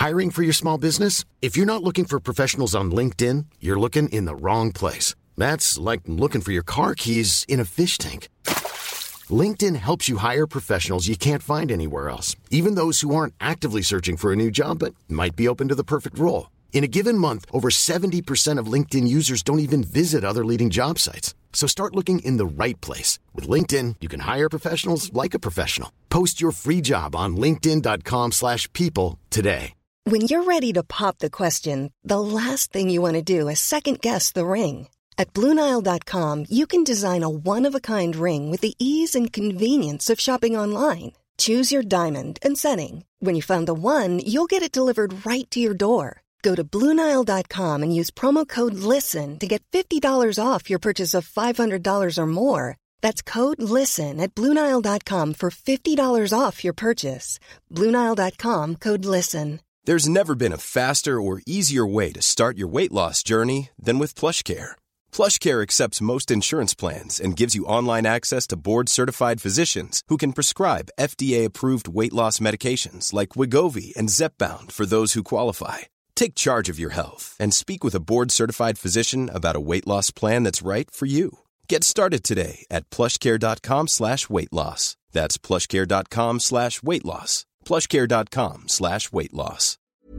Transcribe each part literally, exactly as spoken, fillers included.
Hiring for your small business? If you're not looking for professionals on LinkedIn, you're looking in the wrong place. That's like looking for your car keys in a fish tank. LinkedIn helps you hire professionals you can't find anywhere else, even those who aren't actively searching for a new job but might be open to the perfect role. In a given month, over seventy percent of LinkedIn users don't even visit other leading job sites. So start looking in the right place. With LinkedIn, you can hire professionals like a professional. Post your free job on linkedin dot com slash people today. When you're ready to pop the question, the last thing you want to do is second-guess the ring. At Blue Nile dot com, you can design a one-of-a-kind ring with the ease and convenience of shopping online. Choose your diamond and setting. When you find the one, you'll get it delivered right to your door. Go to Blue Nile dot com and use promo code LISTEN to get fifty dollars off your purchase of five hundred dollars or more. That's code LISTEN at Blue Nile dot com for fifty dollars off your purchase. Blue Nile dot com, code LISTEN. There's never been a faster or easier way to start your weight loss journey than with PlushCare. PlushCare accepts most insurance plans and gives you online access to board-certified physicians who can prescribe F D A-approved weight loss medications like Wegovy and Zepbound for those who qualify. Take charge of your health and speak with a board-certified physician about a weight loss plan that's right for you. Get started today at plushcare.com slash weight loss. That's plushcare.com slash weight loss. plushcare.com slash weight loss.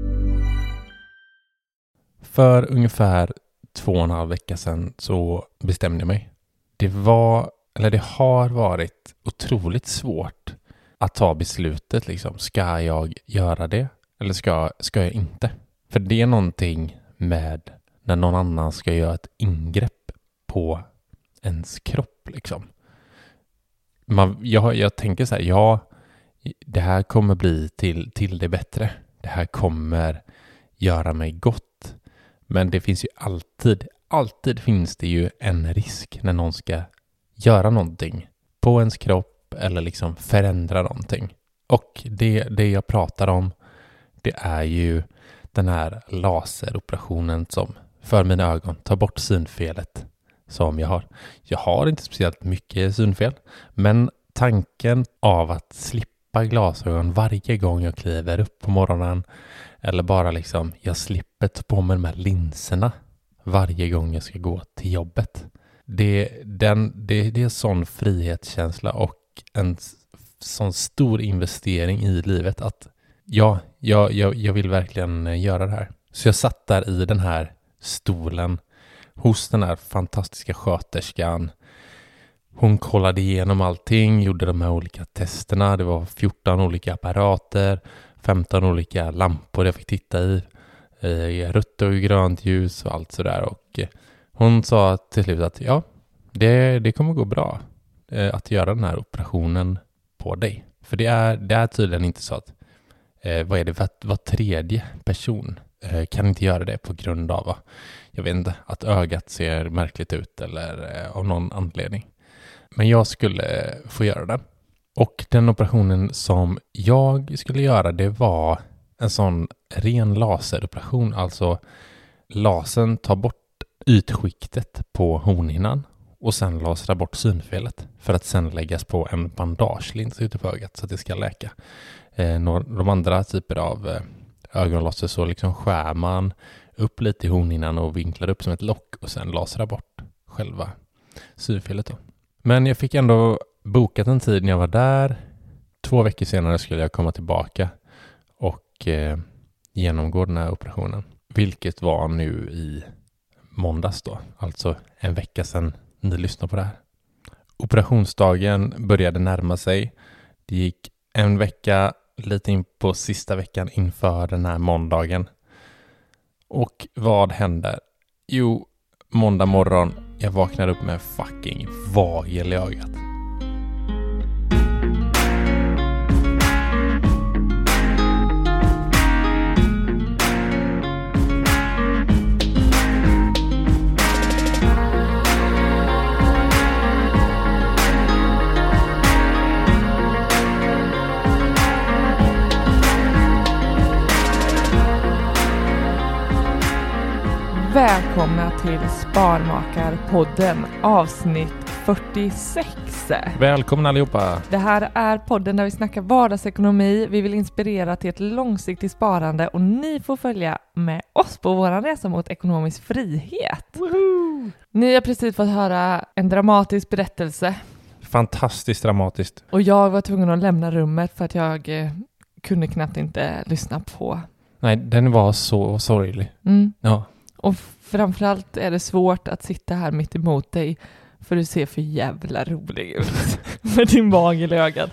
För ungefär två och en halv vecka sedan så bestämde jag mig. Det var, eller det har varit otroligt svårt att ta beslutet liksom. Ska jag göra det eller ska, ska jag inte? För det är någonting med när någon annan ska göra ett ingrepp på ens kropp liksom. Man, jag, jag tänker så här, ja, det här kommer bli till, till det bättre. Det här kommer göra mig gott. Men det finns ju alltid, alltid finns det ju en risk när någon ska göra någonting på ens kropp eller liksom förändra någonting. Och det, det jag pratar om, det är ju den här laseroperationen som för mina ögon tar bort synfelet som jag har. Jag har inte speciellt mycket synfel, men tanken av att slippa glasögon varje gång jag kliver upp på morgonen eller bara liksom jag slipper ta på mig de här linserna varje gång jag ska gå till jobbet. Det, den, det, det är en sån frihetskänsla och en sån stor investering i livet att ja, jag, jag, jag vill verkligen göra det här. Så jag satt där i den här stolen hos den här fantastiska sköterskan. Hon kollade igenom allting, gjorde de här olika testerna. Det var fjorton olika apparater, femton olika lampor jag fick titta i. Eh, rött och grönt ljus och allt sådär. Och eh, hon sa till slut att ja, det, det kommer gå bra eh, att göra den här operationen på dig. För det är, det är tydligen inte så att eh, vad är det, var, var tredje person eh, kan inte göra det på grund av, jag vet inte, att ögat ser märkligt ut eller eh, av någon anledning. Men jag skulle få göra den. Och den operationen som jag skulle göra, det var en sån ren laseroperation. Alltså lasern tar bort ytskiktet på hornhinnan och sen lasrar bort synfelet för att sen läggas på en bandagelins ute på ögat så att det ska läka. Eh, de andra typer av eh, ögonlaser så liksom skär man upp lite i hornhinnan och vinklar upp som ett lock och sen lasrar bort själva synfelet då. Men jag fick ändå bokat en tid när jag var där. Två veckor senare skulle jag komma tillbaka och eh, genomgå den här operationen. Vilket var nu i måndags då. Alltså en vecka sedan ni lyssnade på det här. Operationsdagen började närma sig. Det gick en vecka lite in på sista veckan inför den här måndagen. Och vad händer? Jo, måndag morgon. Jag vaknar upp med fucking vagel i ögat. Välkomna till Sparmakarpodden avsnitt fyrtiosex. Välkomna allihopa. Det här är podden där vi snackar vardagsekonomi. Vi vill inspirera till ett långsiktigt sparande och ni får följa med oss på vår resa mot ekonomisk frihet. Woohoo! Ni har precis fått höra en dramatisk berättelse. Fantastiskt dramatiskt. Och jag var tvungen att lämna rummet för att jag eh, kunde knappt inte lyssna på. Nej, den var så sorglig. Mm. Ja. Och framförallt är det svårt att sitta här mitt emot dig för du ser för jävla rolig ut med din vagel i ögat.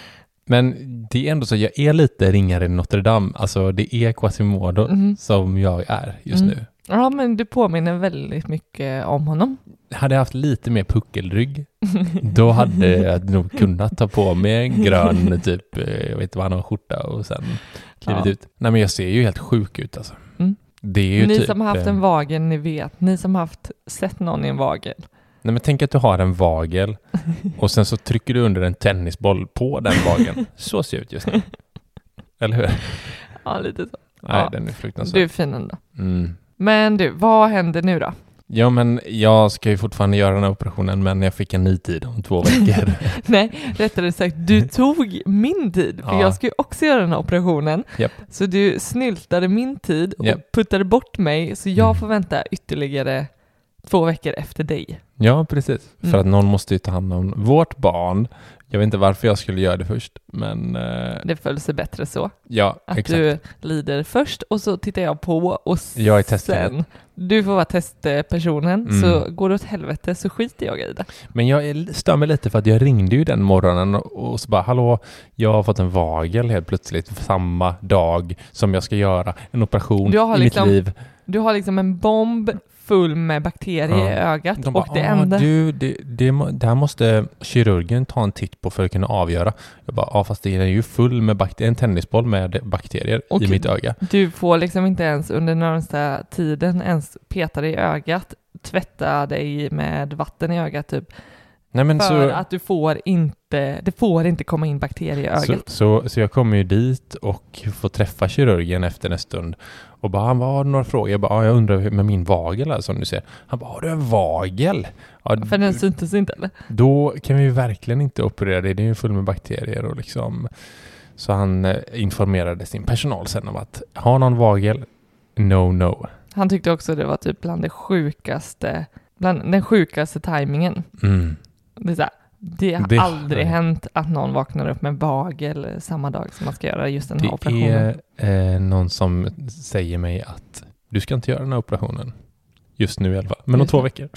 Men det är ändå så, jag är lite ringare än Notre Dame. Alltså det är Quasimodo mm. som jag är just mm. nu. Ja, men du påminner väldigt mycket om honom. Hade jag haft lite mer puckelrygg, då hade jag nog kunnat ta på mig en grön typ, jag vet inte vad han har, skjorta och sen klivit ja. ut. Nej, men jag ser ju helt sjuk ut alltså. Mm. Det är ju ni typ, som har haft en vagel, ni vet. Ni som har haft sett någon i en vagel. Nej, men tänk att du har en vagel och sen så trycker du under en tennisboll på den vageln. Så ser det ut just nu. Eller hur? Ja, lite så. Nej, ja. Den är fruktansvärd. Du är fin ändå. Mm. Men du, vad händer nu då? Ja, men jag ska ju fortfarande göra den här operationen, men jag fick en ny tid om två veckor. Nej, rättare sagt, du tog min tid. För ja. jag ska ju också göra den här operationen. Yep. Så du snyltade min tid och yep. puttade bort mig. Så jag mm. får vänta ytterligare två veckor efter dig. Ja, precis. Mm. För att någon måste ju ta hand om vårt barn. Jag vet inte varför jag skulle göra det först, men... Uh... Det föll sig bättre så. Ja, att exakt. du lider först och så tittar jag på och jag är sen... Du får vara testpersonen, mm. så går det åt helvete så skiter jag i det. Men jag stör mig lite för att jag ringde ju den morgonen och så bara, hallå, jag har fått en vagel helt plötsligt samma dag som jag ska göra en operation i liksom, mitt liv. Du har liksom en bomb full med bakterier ja. i ögat. De och bara, det enda... du, det, det, det här måste kirurgen ta en titt på för att kunna avgöra. Jag bara, ja fast det är ju full med bakterier, en tennisboll med bakterier och i mitt öga. Du får liksom inte ens under närmsta tiden ens peta dig i ögat, tvätta dig med vatten i ögat typ. Nej, men för så, att du får inte, det får inte komma in bakterier i ögat. Så, så, så jag kommer ju dit och får träffa kirurgen efter en stund. Och bara, han var några frågor. Jag bara, jag undrar med min vagel här, som du ser. Han bara, har du en vagel? Ja, för den syntes inte, eller? Då kan vi ju verkligen inte operera det. Det är ju full med bakterier och liksom... Så han eh, informerade sin personal sen om att, ha någon vagel? No, no. Han tyckte också det var typ bland det sjukaste, bland den sjukaste tajmingen. Mm. Det, är så här, det har det, aldrig nej. hänt att någon vaknar upp med en vagel samma dag som man ska göra just den här det operationen. Det är eh, någon som säger mig att du ska inte göra den här operationen just nu i alla fall, men just om två det. veckor.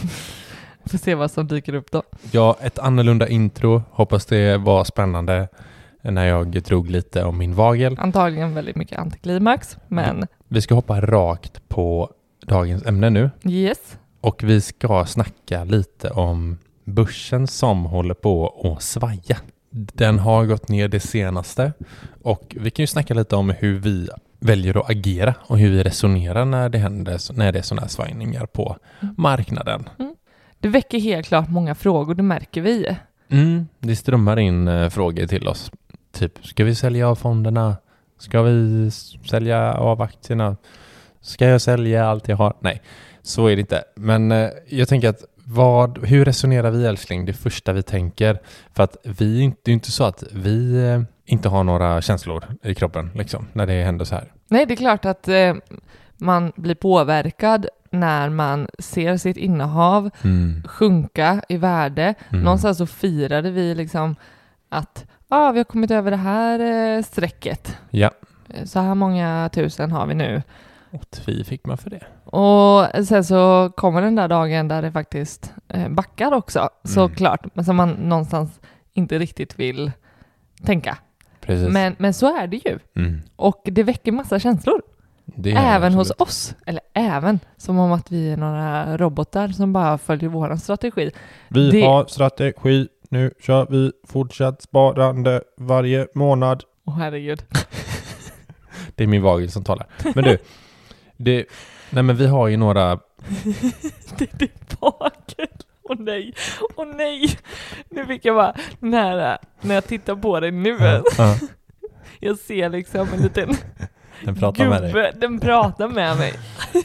Får se vad som dyker upp då. Ja, ett annorlunda intro. Hoppas det var spännande när jag drog lite om min vagel. Antagligen väldigt mycket antiklimax, men... Vi ska hoppa rakt på dagens ämne nu. Yes. Och vi ska snacka lite om börsen som håller på att svaja. Den har gått ner det senaste och vi kan ju snacka lite om hur vi väljer att agera och hur vi resonerar när det händer, när det är sådana här svajningar på mm. marknaden. Mm. Det väcker helt klart många frågor, det märker vi. Mm, det strömmar in uh, frågor till oss. Typ, ska vi sälja av fonderna? Ska vi sälja av aktierna? Ska jag sälja allt jag har? Nej, så är det inte. Men uh, jag tänker att Vad, hur resonerar vi, älskling? Det första vi tänker. För att vi, det är inte så att vi eh, inte har några känslor i kroppen liksom, när det händer så här. Nej, det är klart att eh, man blir påverkad när man ser sitt innehav mm. sjunka i värde. Mm. Någonstans så firade vi liksom att ah, vi har kommit över det här eh, strecket. Ja. Så här många tusen har vi nu. Och tvi fick man för det. Och sen så kommer den där dagen där det faktiskt eh, backar också, mm. såklart. Men som man någonstans inte riktigt vill tänka. Precis. Men, men så är det ju. Mm. Och det väcker massa känslor. Även hos oss. Eller även som om att vi är några robotar som bara följer vår strategi. Vi det... har strategi. Nu kör vi fortsatt sparande varje månad. Åh, herregud. Det är min vagel som talar. Men du, det, nej men vi har ju några... det är din vagel. Åh nej, åh nej. Nu fick jag bara nära när jag tittar på dig nu. Ja, ja. Jag ser liksom en liten den pratar gubbe. med dig. Den pratar med mig.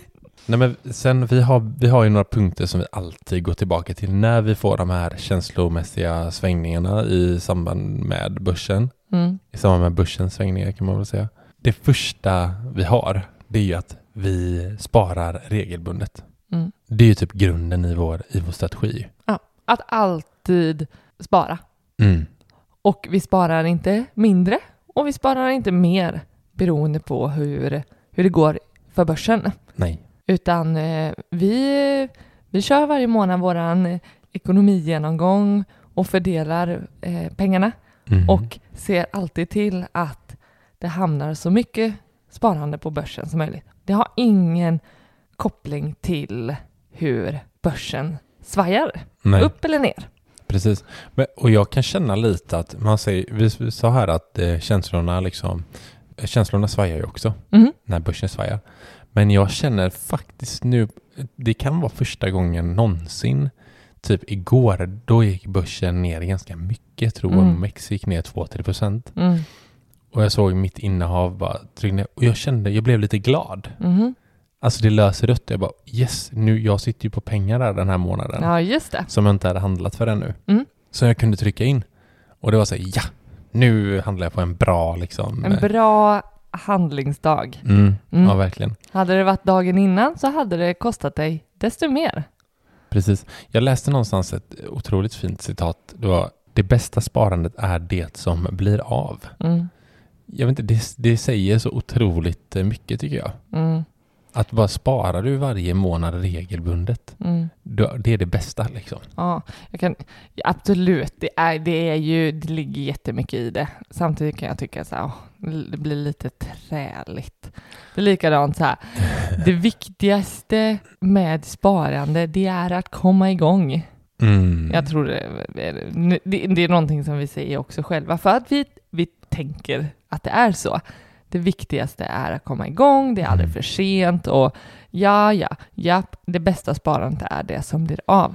Nej, men sen vi har, vi har ju några punkter som vi alltid går tillbaka till när vi får de här känslomässiga svängningarna i samband med börsen. Mm. I samband med börsens svängningar kan man väl säga. Det första vi har, det är ju att vi sparar regelbundet. Mm. Det är ju typ grunden i vår, i vår strategi. Ja, att alltid spara. Mm. Och vi sparar inte mindre och vi sparar inte mer beroende på hur, hur det går för börsen. Nej. Utan eh, vi, vi kör varje månad våran ekonomigenomgång och fördelar eh, pengarna. Mm. Och ser alltid till att det hamnar så mycket sparande på börsen som möjligt. Det har ingen koppling till hur börsen svajar. Nej. Upp eller ner. Precis. Men, och jag kan känna lite att man säger, vi, vi sa här att eh, känslorna liksom, känslorna svajar ju också Mm. när börsen svajar. Men jag känner faktiskt nu, det kan vara första gången någonsin, typ igår, då gick börsen ner ganska mycket. Jag tror Mm. O M X gick ner två till tre procent. Mm. Och jag såg mitt innehav bara trycka ner. Och jag kände, jag blev lite glad. Mm. Alltså det löser rött. Jag bara, yes, nu, jag sitter ju på pengar där den här månaden. Ja, just det. Som jag inte hade handlat för ännu. Mm. Så jag kunde trycka in. Och det var så här, ja, nu handlar jag på en bra liksom. En bra handlingsdag. Mm, Mm. Ja, verkligen. Hade det varit dagen innan så hade det kostat dig desto mer. Precis. Jag läste någonstans ett otroligt fint citat. Det var, det bästa sparandet är det som blir av. Mm. Jag vet inte, det, det säger så otroligt mycket tycker jag. Mm. Att bara spara du varje månad regelbundet. Mm. Då, det är det bästa liksom. Ja, jag kan, absolut. Det är, det är ju, det ligger jättemycket i det. Samtidigt kan jag tycka så här, åh, det blir lite träligt. Det är likadant så här. Det viktigaste med sparande, det är att komma igång. Mm. Jag tror det är, det, det är någonting som vi säger också själva. För att vi, vi tänker att det är så. Det viktigaste är att komma igång, det är aldrig för sent och ja, ja, ja, det bästa sparandet är det som blir av.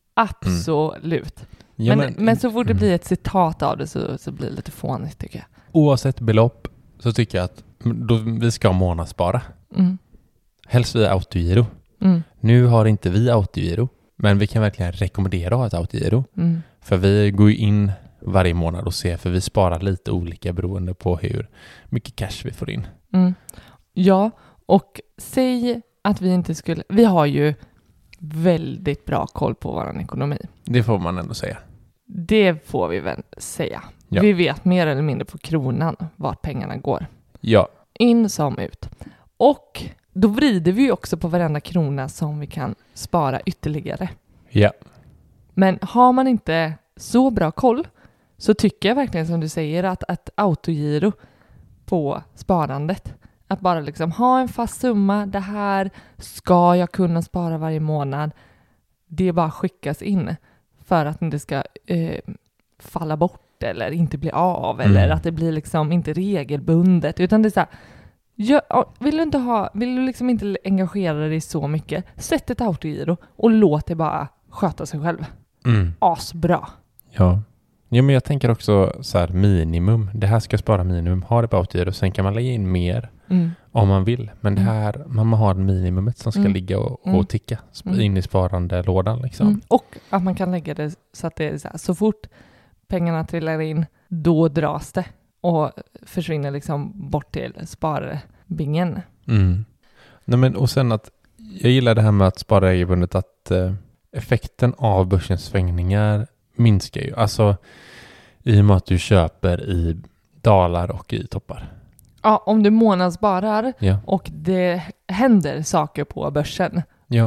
Absolut. Ja, men, men, men så fort det mm. blir ett citat av det så, så blir det lite fånigt tycker jag. Oavsett belopp så tycker jag att då, vi ska månadsspara. Mm. Helst via autogiro. Mm. Nu har inte vi autogiro, men vi kan verkligen rekommendera att ha ett autogiro. Mm. För vi går ju in varje månad och ser, för vi sparar lite olika beroende på hur mycket cash vi får in. Mm. Ja, och säg att vi inte skulle... Vi har ju väldigt bra koll på vår ekonomi. Det får man ändå säga. Det får vi väl säga. Ja. Vi vet mer eller mindre på kronan vart pengarna går. Ja. In som ut. Och då vrider vi ju också på varenda krona som vi kan spara ytterligare. Ja. Men har man inte så bra koll så tycker jag verkligen som du säger att ett autogiro på sparandet, att bara liksom ha en fast summa, det här ska jag kunna spara varje månad, det bara skickas in för att det inte ska eh, falla bort eller inte bli av Mm. eller att det blir liksom inte regelbundet, utan det är så här, ja, vill du inte ha, vill du liksom inte engagera dig så mycket, sätt ett autogiro och låt det bara sköta sig själv. Mm. Asbra. Ja. Ja, men jag tänker också så här minimum. Det här ska spara minimum. Ha det på autogiro. Sen kan man lägga in mer Mm. om man vill. Men det här, man har ett minimumet som ska Mm. ligga och, och Mm. ticka sp- Mm. in i sparandelådan liksom. Mm. Och att man kan lägga det så att det är så här, så fort pengarna trillar in, då dras det och försvinner liksom bort till sparbingen. Mm. Nej, men, och sen att jag gillar det här med att spara regelbundet, att eh, effekten av börsens svängningar minskar ju. Alltså i och med att du köper i dalar och i toppar. Ja, om du månadssparar Ja. och det händer saker på börsen, Ja.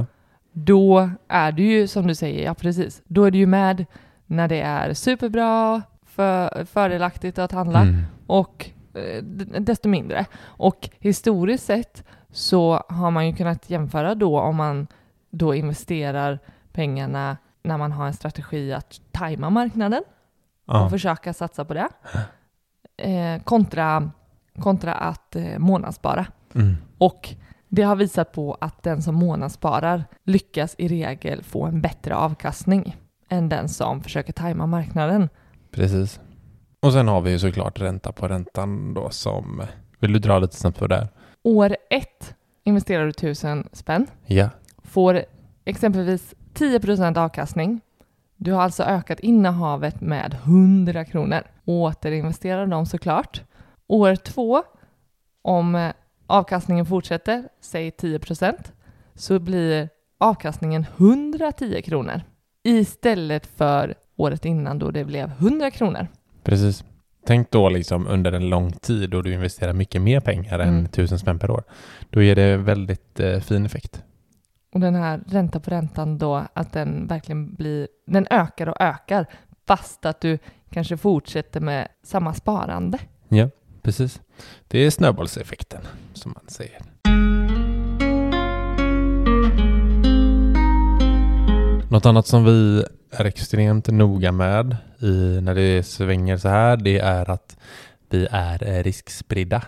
då är du ju, som du säger, ja precis, då är du ju med när det är superbra, för, fördelaktigt att handla Mm. och eh, d- desto mindre. Och historiskt sett så har man ju kunnat jämföra då om man då investerar pengarna när man har en strategi att tajma marknaden Ja. och försöka satsa på det eh, kontra, kontra att eh, månadsspara. Mm. Och det har visat på att den som månadssparar lyckas i regel få en bättre avkastning än den som försöker tajma marknaden. Precis. Och sen har vi ju såklart ränta på räntan då som... Vill du dra lite snabbt på det där? År ett investerar du tusen spänn. Ja. Får exempelvis tio procent avkastning. Du har alltså ökat innehavet med hundra kronor. Återinvesterar dem såklart. År två, om avkastningen fortsätter, säg tio procent, så blir avkastningen hundratio kronor. Istället för året innan då det blev hundra kronor. Precis. Tänk då liksom under en lång tid då du investerar mycket mer pengar Mm. än tusen spänn per år. Då ger det väldigt eh, fin effekt. Och den här ränta på räntan då, att den verkligen blir, den ökar och ökar fast att du kanske fortsätter med samma sparande. Ja, precis. Det är snöbollseffekten som man säger. Något annat som vi är extremt noga med i, när det svänger så här, det är att vi är riskspridda.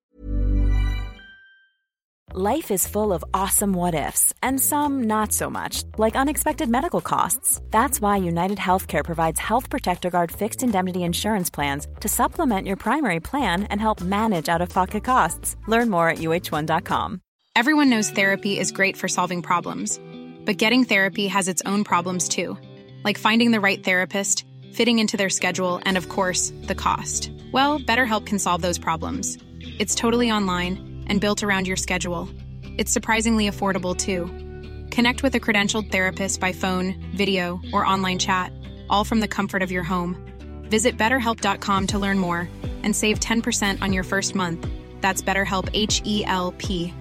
Life is full of awesome what-ifs, and some not so much, like unexpected medical costs. That's why United Healthcare provides Health Protector Guard fixed indemnity insurance plans to supplement your primary plan and help manage out-of-pocket costs. Learn more at U H one dot com. Everyone knows therapy is great for solving problems, but getting therapy has its own problems too, like finding the right therapist, fitting into their schedule, and of course, the cost. Well, BetterHelp can solve those problems. It's totally online and built around your schedule. It's surprisingly affordable too. Connect with a credentialed therapist by phone, video, or online chat, all from the comfort of your home. Visit better help dot com to learn more and save ten percent on your first month. That's BetterHelp, H E L P.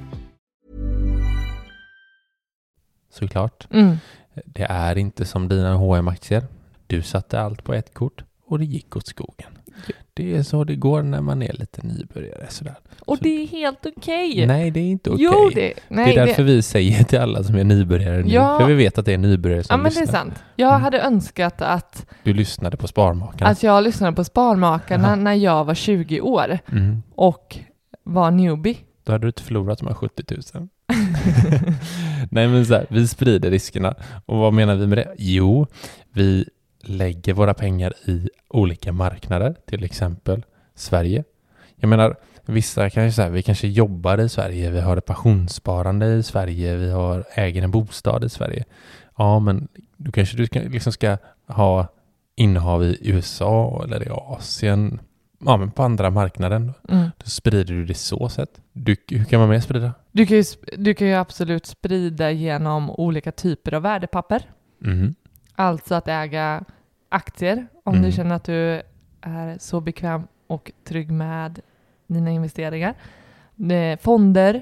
Såklart. Mm. Det är inte som dina H och M-aktier. Du satte allt på ett kort och det gick åt skogen. Det är så det går när man är lite nybörjare. Sådär. Och Så, det är helt okej. nej, det är inte okej. Jo, det, nej, det är därför det, vi säger till alla som är nybörjare nu. Ja. För vi vet att det är nybörjare som ja, men lyssnar. det är sant. Jag Mm. hade önskat att, Du lyssnade på Sparmakarna. att jag lyssnade på Sparmakarna Aha. när jag var tjugo år Mm. och var newbie. Då hade du inte förlorat de här sjuttio tusen. Nej, men så här, vi sprider riskerna. Och vad menar vi med det? Jo, vi lägger våra pengar i olika marknader, till exempel Sverige. Jag menar, vissa kanske så här, vi kanske jobbar i Sverige, vi har ett pensionssparande i Sverige, vi har äger en bostad i Sverige. Ja, men då kanske du ska, liksom ska ha innehav i U S A eller i Asien. Ja, men på andra marknaden. Mm. Då sprider du det så sätt. Du, hur kan man mer sprida? Du kan, ju, sp- du kan ju absolut sprida genom olika typer av värdepapper. Mm. Alltså att äga aktier om Mm. du känner att du är så bekväm och trygg med dina investeringar. Eh, Fonder,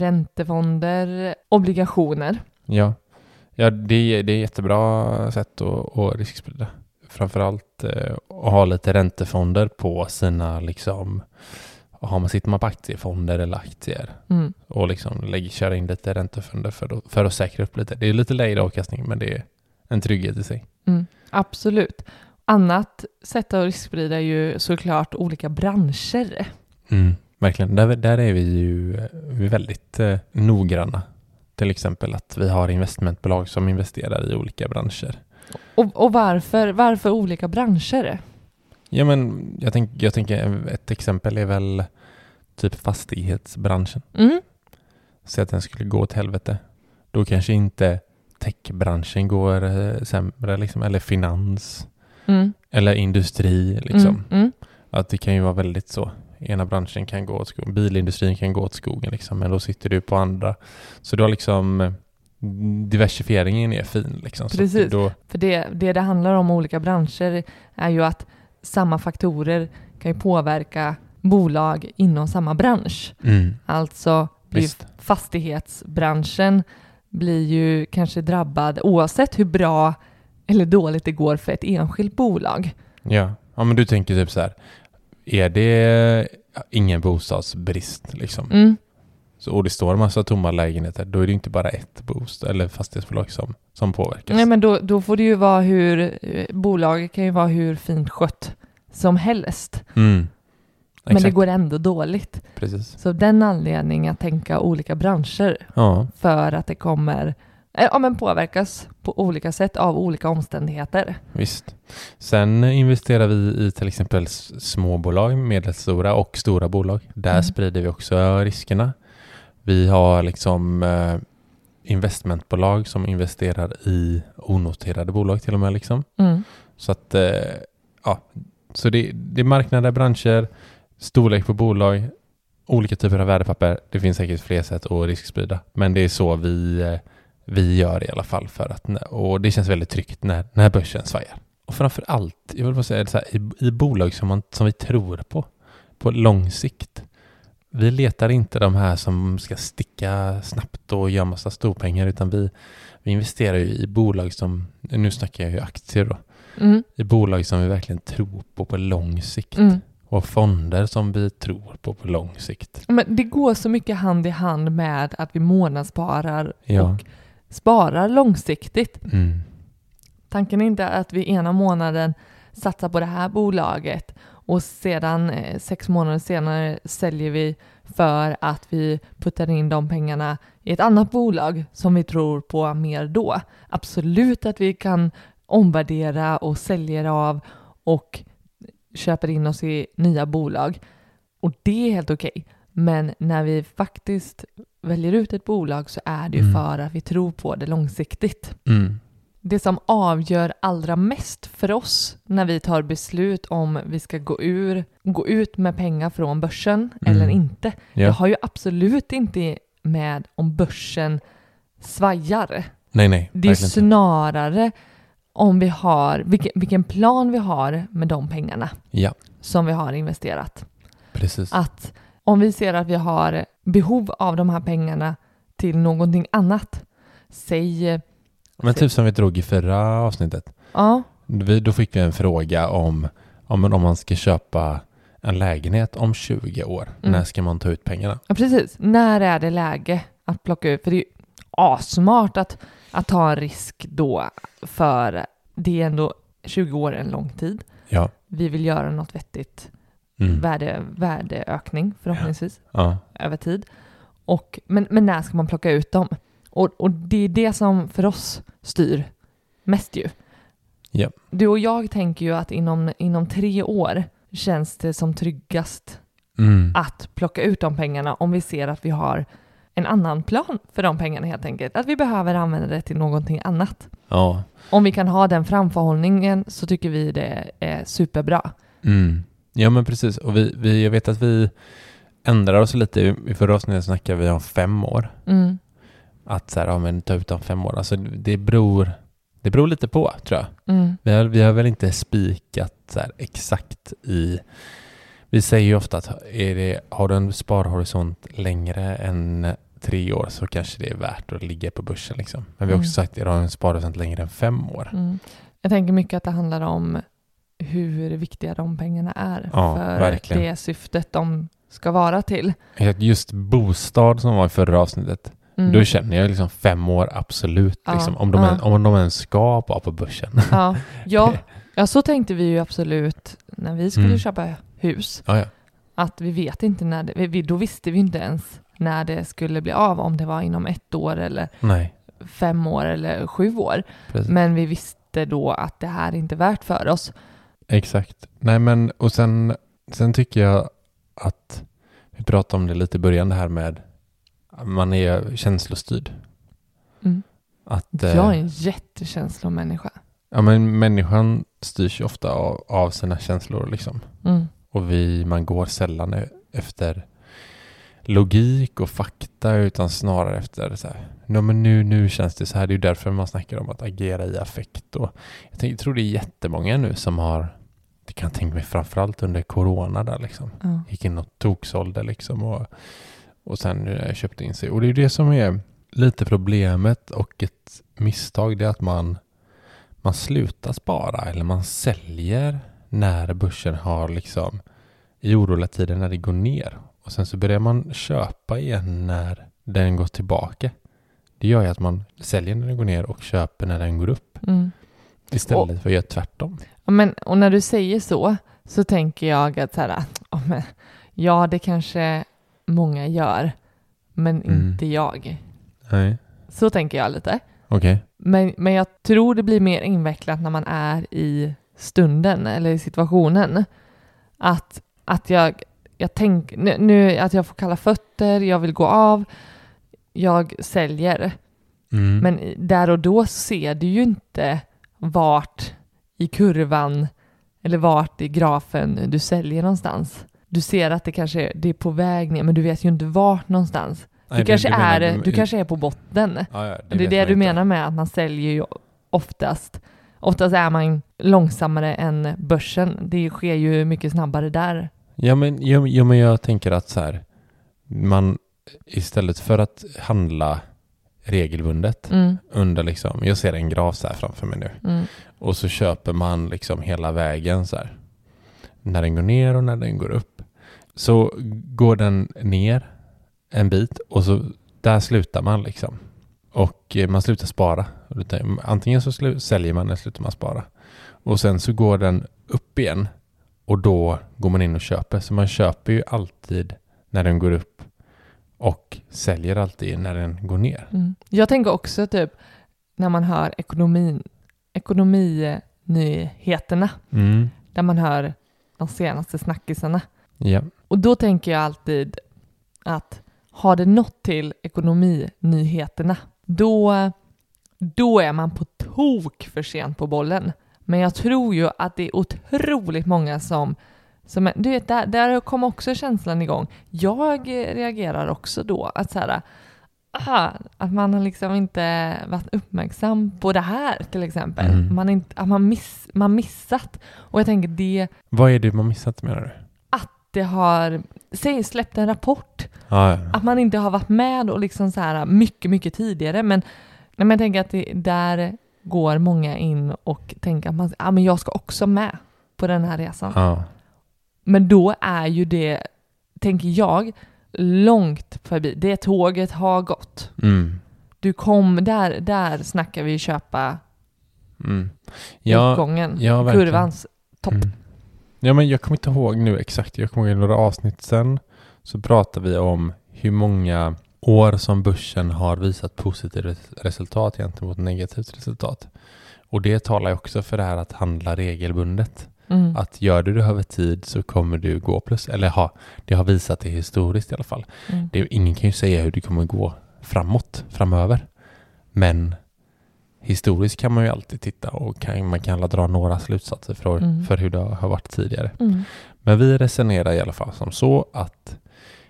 räntefonder, obligationer. Ja, ja det, är, det är jättebra sätt att, att risksprida. Framförallt eh, att ha lite räntefonder på sina, liksom, har man, sitter man på aktiefonder eller aktier Mm. och liksom lägger, köra in lite räntefonder för att, för att säkra upp lite. Det är lite lägre avkastning, men det är en trygghet i sig. Mm. Absolut. Annat sätt att risksprida är ju såklart olika branscher. Mm, verkligen. Där, där är vi ju vi är väldigt eh, noggranna. Till exempel att vi har investmentbolag som investerar i olika branscher. Och, och varför, varför olika branscher? Ja, men jag, tänk, jag tänker ett exempel är väl typ fastighetsbranschen. Mm. Så att den skulle gå åt helvete. Då kanske inte techbranschen går eh, sämre, liksom, eller finans, Mm. eller industri. Liksom. Mm. Mm. Att det kan ju vara väldigt så. Ena branschen kan gå åt skogen, bilindustrin kan gå åt skogen, liksom, men då sitter du på andra. Så du har liksom diversifieringen är fin. Liksom, Precis. Så då, För det, det det handlar om olika branscher är ju att samma faktorer kan ju påverka bolag inom samma bransch. mm, Alltså blir visst. fastighetsbranschen blir ju kanske drabbad oavsett hur bra eller dåligt det går för ett enskilt bolag. Ja. ja, men du tänker typ så här. Är det ingen bostadsbrist liksom? Mm. Så, och det står en massa tomma lägenheter, då är det inte bara ett bostad eller fastighetsbolag som, som påverkas. Nej, men då, då får det ju vara hur, bolaget kan ju vara hur fint skött som helst. Mm. Men det Exakt. går ändå dåligt. Precis. Så den anledningen att tänka olika branscher Ja, för att det kommer eh, ja, men påverkas på olika sätt av olika omständigheter. visst. Sen investerar vi i till exempel s- småbolag, medelstora och stora bolag. Där Mm. sprider vi också riskerna. Vi har liksom eh, investmentbolag som investerar i onoterade bolag till och med. Liksom. Mm. Så att eh, ja, så det, det är marknader, branscher, storlek på bolag, olika typer av värdepapper. Det finns säkert fler sätt att risksprida. Men det är så vi, eh, vi gör i alla fall. För att, och det känns väldigt tryggt när, när börsen svajar. Och framför allt, jag vill bara säga det så här, i, i bolag som, man, som vi tror på, på lång sikt. Vi letar inte de här som ska sticka snabbt och göra massa storpengar, utan vi, vi investerar ju i bolag som, nu snackar jag ju aktier då, Mm. i bolag som vi verkligen tror på på lång sikt. Mm. Och fonder som vi tror på på lång sikt. Men det går så mycket hand i hand med att vi månadssparar Ja. och sparar långsiktigt. Mm. Tanken är inte att vi ena månaden satsar på det här bolaget och sedan eh, sex månader senare säljer vi för att vi puttar in de pengarna i ett annat bolag som vi tror på mer då. Absolut att vi kan omvärdera och säljer av och köper in oss i nya bolag. Och det är helt okej. Men när vi faktiskt väljer ut ett bolag så är det ju Mm. för att vi tror på det långsiktigt. Mm. Det som avgör allra mest för oss när vi tar beslut om vi ska gå, ur, gå ut med pengar från börsen Mm. eller inte. Ja. Det har ju absolut inte med om börsen svajar. Nej, nej. Det är verkligen inte. snarare om vi har, vilken, vilken plan vi har med de pengarna Ja, som vi har investerat. precis. Att om vi ser att vi har behov av de här pengarna till någonting annat, säg, Men typ som vi drog i förra avsnittet. ja, Vi, då fick vi en fråga om, om, om man ska köpa en lägenhet om tjugo år. Mm. När ska man ta ut pengarna? ja, precis. När är det läge att plocka ut? För det är ju asmart att, att ta en risk då, för det är ändå tjugo år en lång tid. Ja. Vi vill göra något vettigt, Mm. värde, värdeökning förhoppningsvis Ja. över tid. Och, men, men när ska man plocka ut dem? Och, och det är det som för oss styr mest ju. Ja. Du och jag tänker ju att inom, inom tre år känns det som tryggast Mm. att plocka ut de pengarna om vi ser att vi har en annan plan för de pengarna helt enkelt. Att vi behöver använda det till någonting annat. Ja. Om vi kan ha den framförhållningen så tycker vi det är superbra. Mm. Ja, men precis. Och vi, vi, jag vet att vi ändrar oss lite. I förra avsnittet snackade vi om fem år. Mm. Att så här, ja, men ta ut om fem år. Alltså det beror, det beror lite på, tror jag. Mm. Vi har, vi har väl inte spikat så här exakt i... Vi säger ju ofta att är det, har du en sparhorisont längre än tre år så kanske det är värt att ligga på börsen. Liksom. Men vi har också Mm. sagt att har du en sparhorisont längre än fem år. Mm. Jag tänker mycket att det handlar om hur viktiga de pengarna är Ja, för verkligen. det syftet de ska vara till. Just bostad som var i förra avsnittet, Mm. då känner jag liksom fem år absolut. Ja, Liksom, om, de ja. än, om de ens ska vara på börsen. Ja, ja, ja, så tänkte vi ju absolut när vi skulle Mm. köpa hus. Ja, ja. Att vi vet inte när det, vi, då visste vi inte ens när det skulle bli av, om det var inom ett år eller Nej, fem år eller sju år. precis. Men vi visste då att det här är inte värt för oss. Exakt. Nej, men och sen, sen tycker jag att vi pratade om det lite i början, det här med man är känslostyrd. Mm. Att, eh, Jag är en jättekänslomänniska. ja, men människan styrs ju ofta av, av sina känslor liksom. Mm. Och vi, man går sällan e- efter logik och fakta, utan snarare efter så här, no, men nu, nu känns det så här. Det är ju därför man snackar om att agera i affekt. Och jag, tänker, jag tror det är jättemånga nu som har, det kan jag tänka mig framförallt under corona där liksom. Ja. Gick in och toksålde liksom och, och sen eh, köpte in sig. Och det är ju det som är lite problemet och ett misstag, det är att man, man slutar spara eller man säljer när börsen har liksom i oroliga tider när det går ner. Och sen så börjar man köpa igen när den går tillbaka. Det gör ju att man säljer när den går ner och köper när den går upp. Mm. Istället Och- för att göra tvärtom. Ja, men, och när du säger så, så tänker jag att så här, ja, men, ja, det kanske många gör, men Mm. inte jag. Nej, Så tänker jag lite. okej. Men, men jag tror det blir mer invecklat när man är i stunden eller i situationen. Att, att jag, jag tänker, nu, nu att jag får kalla fötter, jag vill gå av, jag säljer. Mm. Men där och då ser du ju inte vart i kurvan eller vart i grafen du säljer någonstans. Du ser att det kanske är, det är på väg ner, men du vet ju inte vart någonstans. Du, Nej, kanske, du, du, är, menar, du kanske är på botten. Ja, ja, det, det är det du inte. menar med att man säljer ju oftast. Oftast är man långsammare än börsen. Det sker ju mycket snabbare där. Ja, men, ja, ja, men jag tänker att så här, man istället för att handla regelbundet mm. under liksom, jag ser en graf så här framför mig nu. Mm. Och så köper man liksom hela vägen så här. När den går ner och när den går upp. Så går den ner en bit och så där slutar man liksom. Och man slutar spara. Antingen så slu- säljer man eller slutar man spara. Och sen så går den upp igen. Och då går man in och köper. Så man köper ju alltid när den går upp. Och säljer alltid när den går ner. Mm. Jag tänker också typ när man hör ekonomin, ekonominyheterna. Mm. Där man hör de senaste snackisarna. Ja. Och då tänker jag alltid att har det nått till ekonominyheterna, då, då är man på tok för sent på bollen. Men jag tror ju att det är otroligt många som, som du vet, där, där kom också känslan igång. Jag reagerar också då att så här, aha, att man har liksom inte varit uppmärksam på det här till exempel. Mm. Man inte, att man, miss, man missat. Och jag tänker det... Vad är det man missat, menar du? Att det har, säg, släppt en rapport. Ah, ja. Att man inte har varit med och liksom så här mycket, mycket tidigare. Men, men jag tänker att det, där går många in och tänker att man, ah, men jag ska också med på den här resan. Ah. Men då är ju det, tänker jag, långt förbi. Det tåget har gått. Mm. Du kom, där, där snackar vi köpa mm. ja, utgången, ja, kurvans topp. Mm. Ja, men jag kommer inte ihåg nu exakt. Jag kommer ihåg några avsnitt sen så pratade vi om hur många år som börsen har visat positivt resultat gentemot negativt resultat. Och det talar ju också för det här att handla regelbundet. Mm. Att gör du det över tid så kommer du gå plus. Eller ha, det har visat det historiskt i alla fall. Mm. Det, ingen kan ju säga hur det kommer gå framåt, framöver. Men historiskt kan man ju alltid titta och kan, man kan alla dra några slutsatser för, mm. för hur det har varit tidigare. Mm. Men vi resonerar i alla fall som så att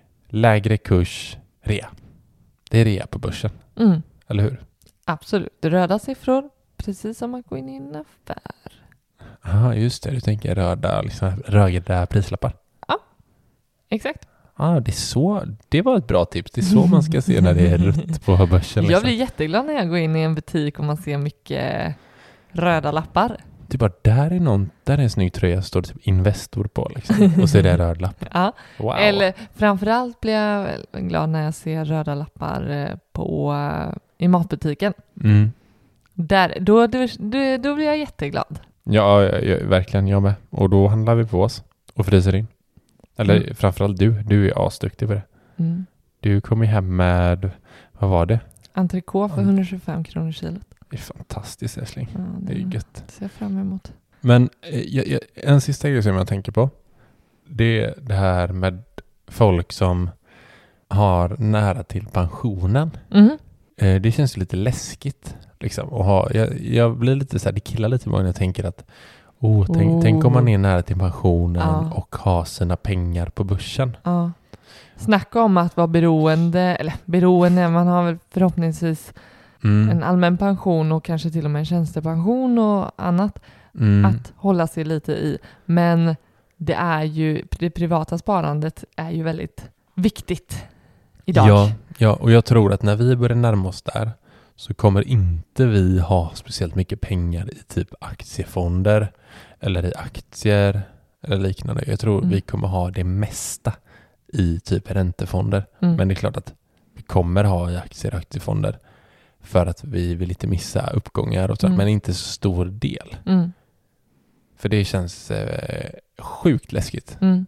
lägre kurs, rea. Det är rea på börsen. Mm. Eller hur? Absolut. Röda siffror, precis som att gå in i en affär. Ja, just det. Du tänker röda, liksom, röda prislappar. Ja, exakt. Ja, det är så. Det var ett bra tips. Det är så man ska se när det är rött på börsen. Liksom. Jag blir jätteglad när jag går in i en butik och man ser mycket röda lappar. Du bara, där är någon, där är en snygg tröja, står det typ Investor på liksom. Och så är det en röd lapp. Ja. Wow. Eller framförallt blir jag glad när jag ser röda lappar på, i matbutiken. Mm. Där, då, då, då blir jag jätteglad. Ja, ja, ja, verkligen, jag med. Och då handlar vi på oss och fryser in. Eller mm. framförallt du, du är asduktig på det. Mm. Du kom ju hem med, vad var det? Entrecote för hundratjugofem kronor kilot. Det är fantastiskt, älskling. Ja, det, det är ju gött. Det ser jag fram emot. Men jag, jag, en sista grej som jag tänker på, det är det här med folk som har nära till pensionen. Mm. Eh, det känns lite läskigt. Liksom, och ha, jag, jag blir lite så här, det killar lite när jag tänker att oh, tänk, oh. tänk om man är nära till pensionen ja. och har sina pengar på börsen. Ja. Snacka om att vara beroende, eller beroende, man har väl förhoppningsvis mm. en allmän pension och kanske till och med en tjänstepension och annat mm. att hålla sig lite i. Men det är ju, det privata sparandet är ju väldigt viktigt idag. Ja, ja, och jag tror att när vi börjar närma oss där så kommer inte vi ha speciellt mycket pengar i typ aktiefonder eller i aktier eller liknande. Jag tror mm. vi kommer ha det mesta i typ räntefonder. Mm. Men det är klart att vi kommer ha i aktier och aktiefonder för att vi vill inte missa uppgångar och så, mm. men inte så stor del. Mm. För det känns eh, sjukt läskigt. Mm.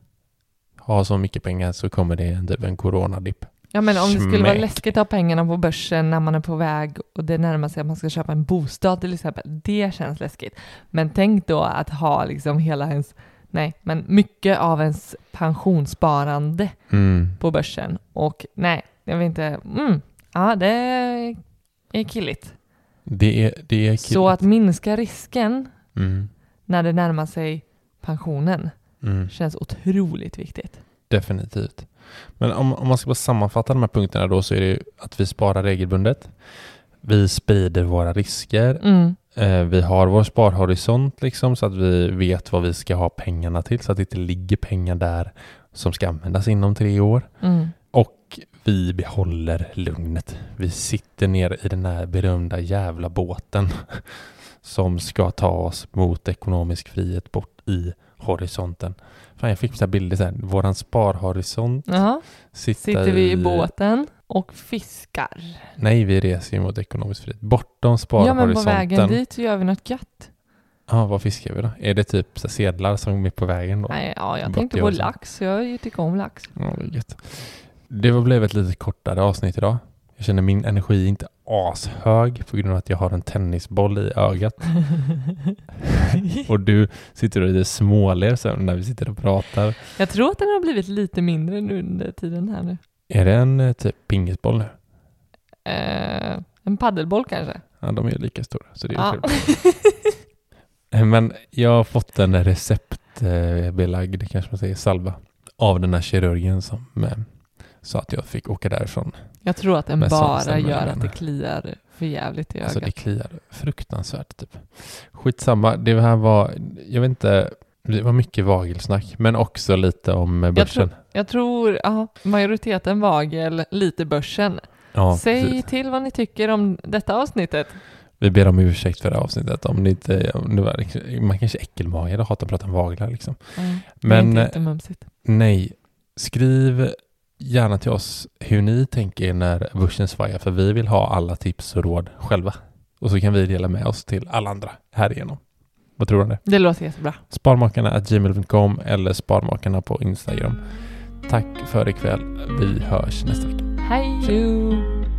Ha så mycket pengar så kommer det en, typ en coronadipp. Ja, men om det skulle Smäck. vara läskigt att ha pengarna på börsen när man är på väg och det närmar sig att man ska köpa en bostad till exempel. Det känns läskigt. Men tänk då att ha liksom hela ens, nej, men mycket av ens pensionssparande mm. på börsen. Och nej, jag vet inte, mm, Ja, det är killigt. Det är, det är killigt. Så att minska risken mm. när det närmar sig pensionen mm. känns otroligt viktigt. Definitivt. Men om, om man ska bara sammanfatta de här punkterna då, så är det att vi sparar regelbundet. Vi sprider våra risker. Mm. Eh, vi har vår sparhorisont liksom, så att vi vet vad vi ska ha pengarna till, så att det inte ligger pengar där som ska användas inom tre år. Mm. Och vi behåller lugnet. Vi sitter ner i den här berömda jävla båten som ska ta oss mot ekonomisk frihet bort i horisonten. Fan, jag fick så här bilder så här. Våran sparhorisont. Jaha. Sitter vi i båten och fiskar. Nej, vi reser ju mot ekonomisk frihet. Bortom sparhorisonten. Ja, men på vägen dit så gör vi något gött. Ja, vad fiskar vi då? Är det typ så sedlar som är på vägen då? Nej, ja, jag Bort tänkte på jag lax. Jag tycker om lax. Ja, det är gött. Det var blivit ett lite kortare avsnitt idag. Jag känner min energi inte ashög på grund av att jag har en tennisboll i ögat. Och du sitter och lite småler så när vi sitter och pratar. Jag tror att den har blivit lite mindre nu under tiden här nu. Är det en typ pingisboll nu? Eh, en paddelboll kanske? Ja, de är lika stora. Så det är ja. Men jag har fått en receptbelagd, kanske man säger, salva av den här kirurgen som sa att jag fick åka därifrån. Jag tror att den Men bara gör att det kliar för jävligt i ögat. Alltså det kliar fruktansvärt typ. Skitsamma, det här var, jag vet inte, det var mycket vagelsnack, men också lite om börsen. Jag tror, jag tror ja, majoriteten vagel, lite börsen. Ja, säg precis. till vad ni tycker om detta avsnittet. Vi ber om ursäkt för det här avsnittet. Om det inte, om det var, man kanske är äckelmagad och hatar att prata om vaglar liksom. Mm, men det är inte mumsigt. Nej, skriv gärna till oss hur ni tänker när börsen svajar, för vi vill ha alla tips och råd själva. Och så kan vi dela med oss till alla andra här igenom. Vad tror du om det? Det låter jättebra. Sparmakarna at gmail dot com eller Sparmakarna på Instagram. Tack för ikväll. Vi hörs nästa vecka. Hej då!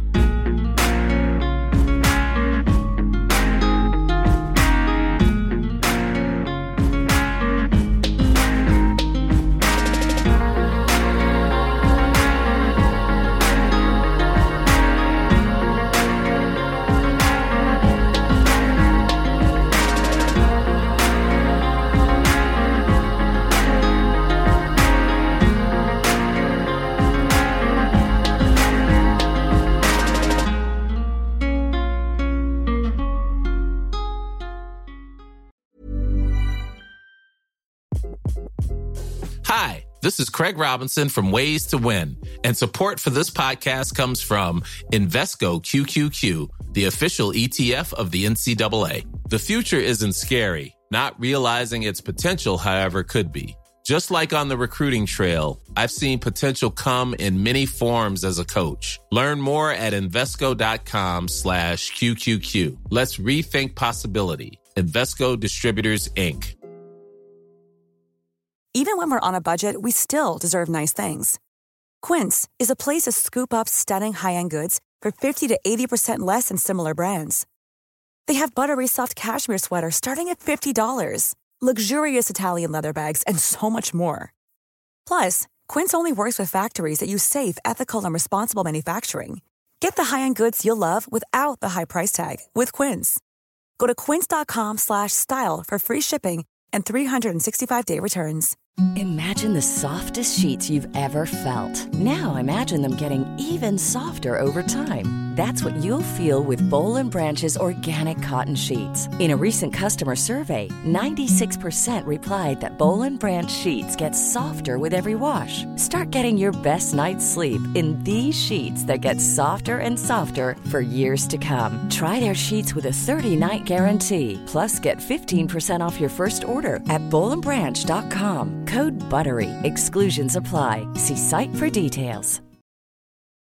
Hi, this is Craig Robinson from Ways to Win, and support for this podcast comes from Invesco Q Q Q, the official E T F of the N C double A. The future isn't scary. Not realizing its potential, however, could be. Just like on the recruiting trail, I've seen potential come in many forms as a coach. Learn more at Invesco.com slash QQQ. Let's rethink possibility. Invesco Distributors, Incorporated. Even when we're on a budget, we still deserve nice things. Quince is a place to scoop up stunning high-end goods for fifty to eighty percent less than similar brands. They have buttery soft cashmere sweaters starting at fifty dollars, luxurious Italian leather bags, and so much more. Plus, Quince only works with factories that use safe, ethical, and responsible manufacturing. Get the high-end goods you'll love without the high price tag with Quince. Go to quince.com slash style for free shipping and three sixty-five day returns. Imagine the softest sheets you've ever felt. Now imagine them getting even softer over time. That's what you'll feel with Boll and Branch's organic cotton sheets. In a recent customer survey, ninety-six percent replied that Boll and Branch sheets get softer with every wash. Start getting your best night's sleep in these sheets that get softer and softer for years to come. Try their sheets with a thirty night guarantee. Plus, get fifteen percent off your first order at boll and branch dot com. Code BUTTERY. Exclusions apply. See site for details.